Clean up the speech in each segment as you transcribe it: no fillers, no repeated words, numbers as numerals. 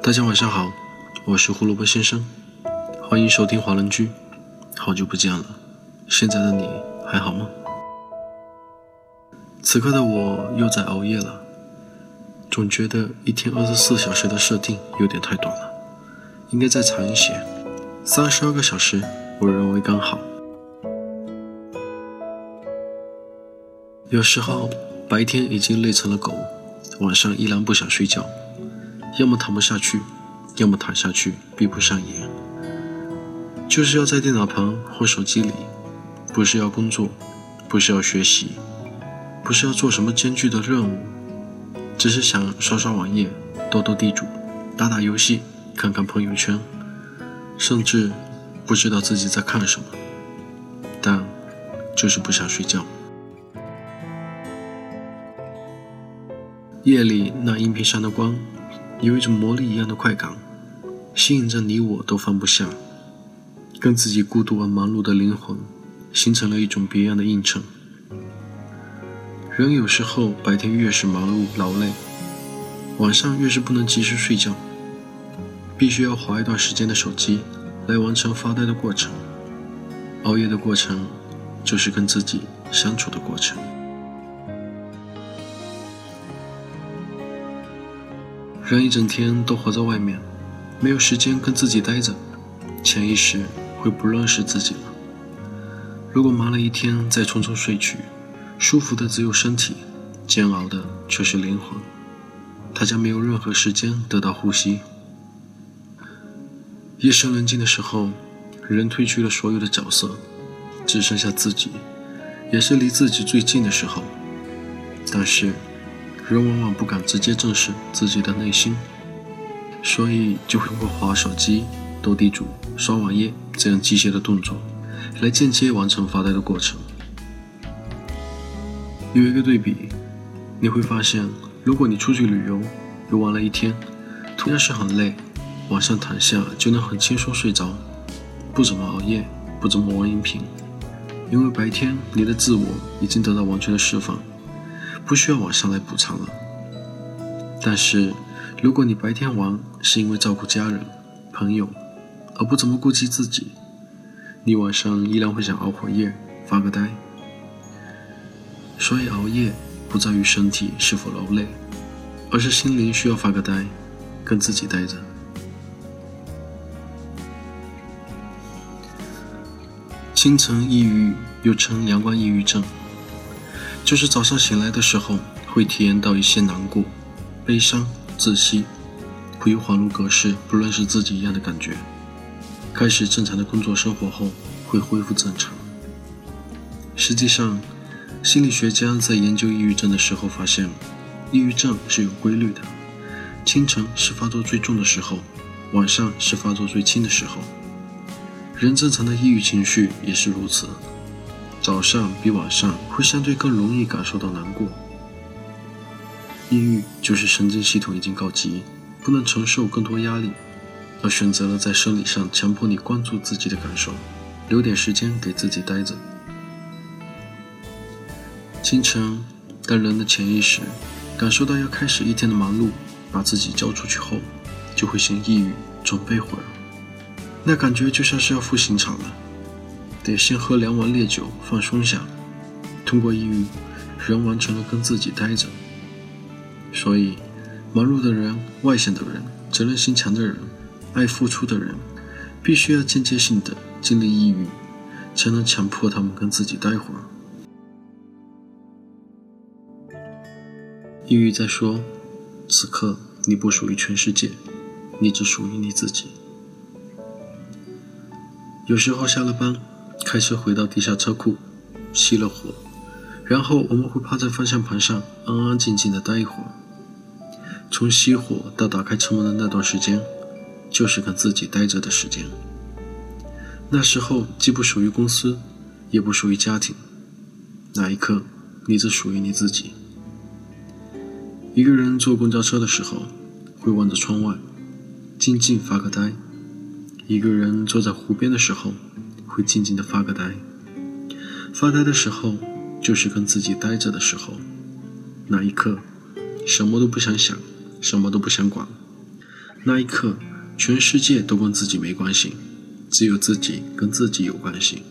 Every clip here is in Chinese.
大家晚上好，我是胡萝卜先生，欢迎收听华人居。好久不见了，现在的你还好吗？此刻的我又在熬夜了，总觉得一天24小时的设定有点太短了，应该再长一些，32个小时我认为刚好。有时候白天已经累成了狗，晚上依然不想睡觉，要么躺不下去，要么躺下去闭不上眼，就是要在电脑旁或手机里，不是要工作，不是要学习，不是要做什么艰巨的任务，只是想刷刷网页，斗斗地主，打打游戏，看看朋友圈，甚至不知道自己在看什么，但就是不想睡觉。夜里那荧屏上的光有一种魔力一样的快感，吸引着你我都放不下，跟自己孤独而忙碌的灵魂形成了一种别样的映衬。人有时候白天越是忙碌劳累，晚上越是不能及时睡觉，必须要划一段时间的手机来完成发呆的过程。熬夜的过程就是跟自己相处的过程。人一整天都活在外面，没有时间跟自己待着，潜意识会不认识自己了。如果忙了一天再匆匆睡去，舒服的只有身体，煎熬的却是灵魂，它将没有任何时间得到呼吸。夜深人静的时候，人褪去了所有的角色，只剩下自己，也是离自己最近的时候。但是人往往不敢直接正视自己的内心，所以就会通过滑手机、斗地主、刷网页这样机械的动作来间接完成发呆的过程。有一个对比，你会发现，如果你出去旅游，游玩了一天，同样是很累，晚上躺下就能很轻松睡着，不怎么熬夜，不怎么玩荧屏，因为白天你的自我已经得到完全的释放，不需要晚上来补偿了。但是如果你白天玩是因为照顾家人朋友而不怎么顾及自己，你晚上依然会想熬会夜发个呆。所以熬夜不在于身体是否劳累，而是心灵需要发个呆，跟自己待着。清晨抑郁又称阳光抑郁症，就是早上醒来的时候会体验到一些难过、悲伤、窒息，会有恍如隔世不认识自己一样的感觉。开始正常的工作生活后会恢复正常。实际上心理学家在研究抑郁症的时候发现，抑郁症是有规律的，清晨是发作最重的时候，晚上是发作最轻的时候。人正常的抑郁情绪也是如此，早上比晚上会相对更容易感受到难过。抑郁就是神经系统已经告急，不能承受更多压力，而选择了在生理上强迫你关注自己的感受，留点时间给自己待着。清晨，当人的潜意识感受到要开始一天的忙碌，把自己交出去后，就会先抑郁，准备会儿。那感觉就像是要赴刑场了，得先喝2碗烈酒放松下。通过抑郁，人完成了跟自己待着。所以忙碌的人、外向的人、责任心强的人、爱付出的人，必须要间接性的经历抑郁，才能强迫他们跟自己待会儿。抑郁在说，此刻你不属于全世界，你只属于你自己。有时候下了班，开车回到地下车库，熄了火，然后我们会趴在方向盘上安安静静的待一会儿。从熄火到打开车门的那段时间，就是跟自己待着的时间。那时候既不属于公司，也不属于家庭，那一刻你只属于你自己。一个人坐公交车的时候，会望着窗外，静静发个呆。一个人坐在湖边的时候，会静静的发个呆。发呆的时候，就是跟自己待着的时候。那一刻，什么都不想想，什么都不想管， 那一刻全世界都跟自己没关系，只有自己跟自己有关系。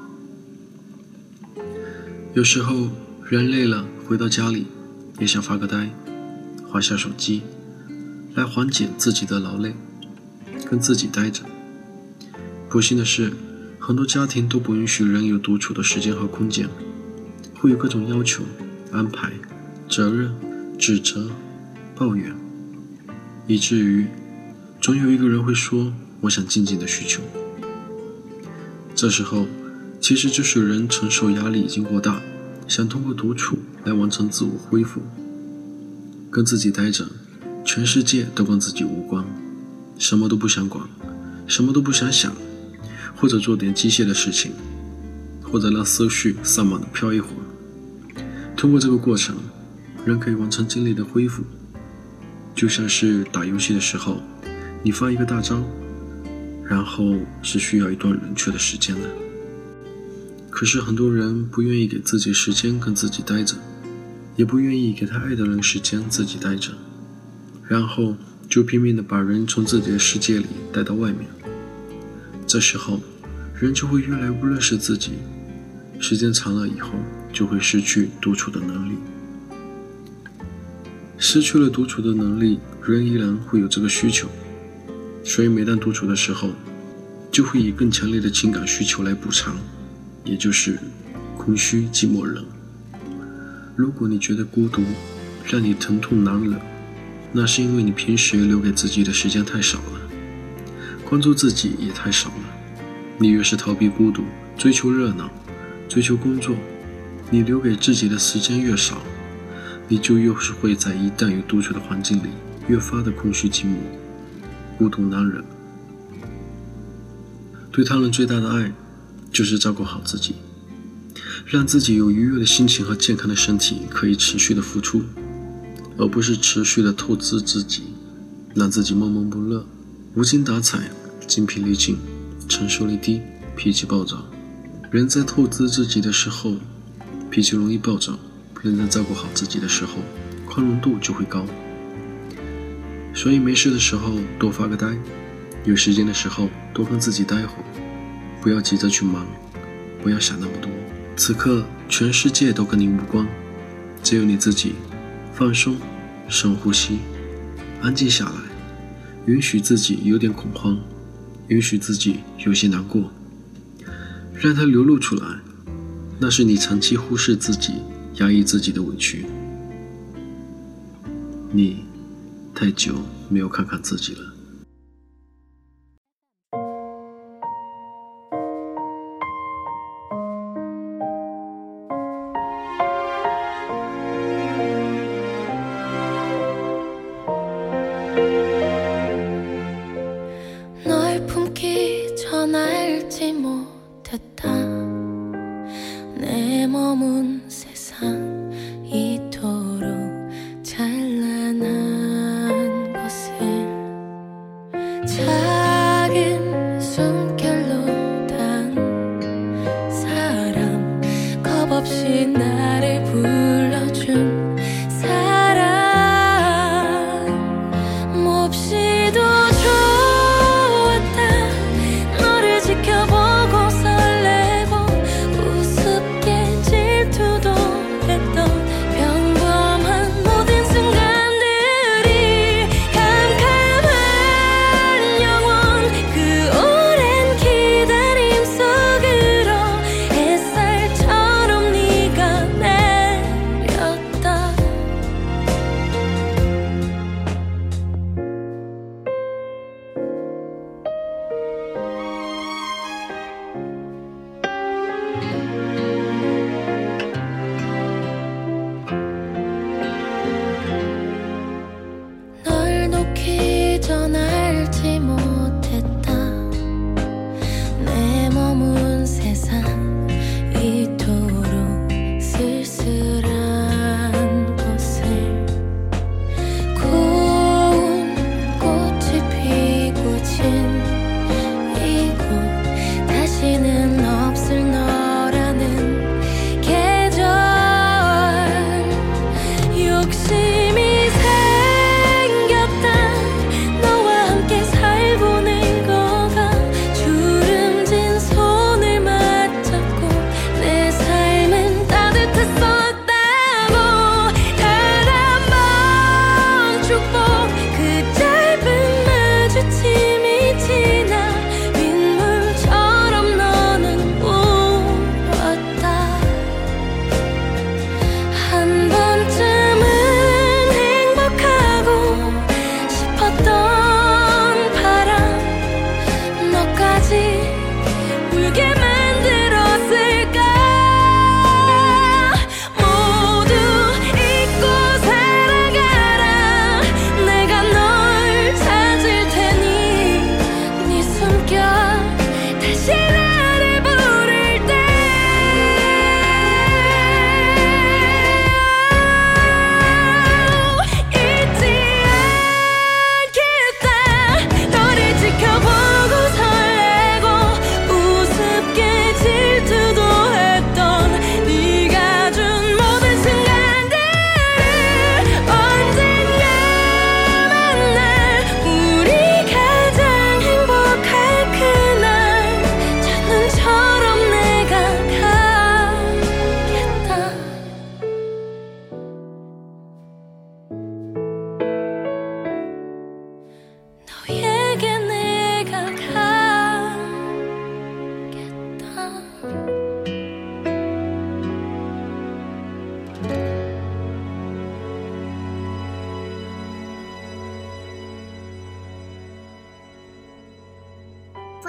有时候人累了，回到家里也想发个呆，滑下手机来缓解自己的劳累，跟自己待着。不幸的是，很多家庭都不允许人有独处的时间和空间，会有各种要求、安排、责任、指责、抱怨，以至于总有一个人会说我想静静的需求。这时候其实就是人承受压力已经过大，想通过独处来完成自我恢复。跟自己待着，全世界都跟自己无关，什么都不想管，什么都不想想，或者做点机械的事情，或者让思绪散漫地飘一会儿。通过这个过程，人可以完成精力的恢复。就像是打游戏的时候，你发一个大招，然后是需要一段冷却的时间的。可是很多人不愿意给自己时间跟自己待着，也不愿意给他爱的人时间自己待着，然后就拼命地把人从自己的世界里带到外面。这时候人就会越来越不认识自己，时间长了以后就会失去独处的能力。失去了独处的能力，人依然会有这个需求，所以每当独处的时候，就会以更强烈的情感需求来补偿，也就是空虚寂寞冷。如果你觉得孤独让你疼痛难忍，那是因为你平时留给自己的时间太少了，关注自己也太少了。你越是逃避孤独，追求热闹，追求工作，你留给自己的时间越少，你就越是会在一旦有独处的环境里越发的空虚寂寞，孤独难忍。对他人最大的爱就是照顾好自己，让自己有愉悦的心情和健康的身体可以持续的付出，而不是持续的透支自己，让自己闷闷不乐，无精打采，精疲力尽，承受力低，脾气暴躁。人在透支自己的时候，脾气容易暴躁；人在照顾好自己的时候，宽容度就会高。所以没事的时候多发个呆，有时间的时候多跟自己待会儿，不要急着去忙，不要想那么多。此刻全世界都跟你无关，只有你自己。放松，深呼吸，安静下来，允许自己有点恐慌，允许自己有些难过，让它流露出来。那是你长期忽视自己、压抑自己的委屈。你太久没有看看自己了。 널 품기 전 알지 못했다. 내 머문 세상 이토록 찬란한 것을 작은 숨결로 단 사람, 겁없이 나를 불러준 사람, 몹시도 지켜보고 설레고 우습게 질투도 했던 평범한 모든 순간들이 캄캄한 영원 그 오랜 기다림 속으로 햇살처럼 네가 내렸다. 널 놓기 전 알지 못했다. 내 머문 세상 이토록 쓸쓸한 곳을 고운 꽃이 피고 진 이곳 다시는 없을 너라는 계절 욕심이 생겼다. 너와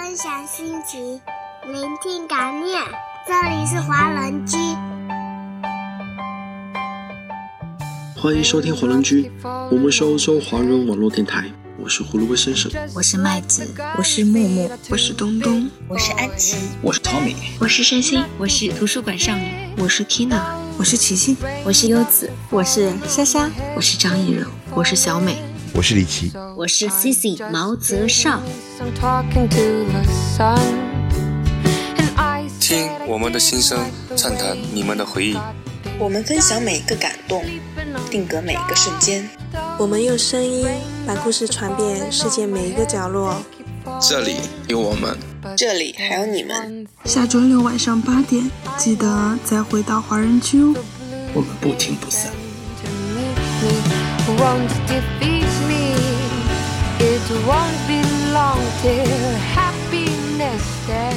分享心情，聆听感念。这里是华人居， 欢迎收听华人居，我们是欧洲华人网络电台。我是胡萝卜先生， 我是麦子， 我是木木， 我是东东， 我是安琪， 我是 Tommy， 我是珊珊， 我是图书馆少女， 我是 Kina， 我是琪琪， 我是柚子， 我是莎莎， 我是张艺柔， 我是小美， 我是李琦， 我是 Cici 毛泽少。 听我们的心声，畅谈你们的回忆。 我们分享每一个感动，定格每一个瞬间。 我们用声音把故事传遍世界每一个角落。 这里有我们， 这里还有你们。 下周六晚上8点，记得再回到华人区哦。 我们不听不散。 It won't be long till happiness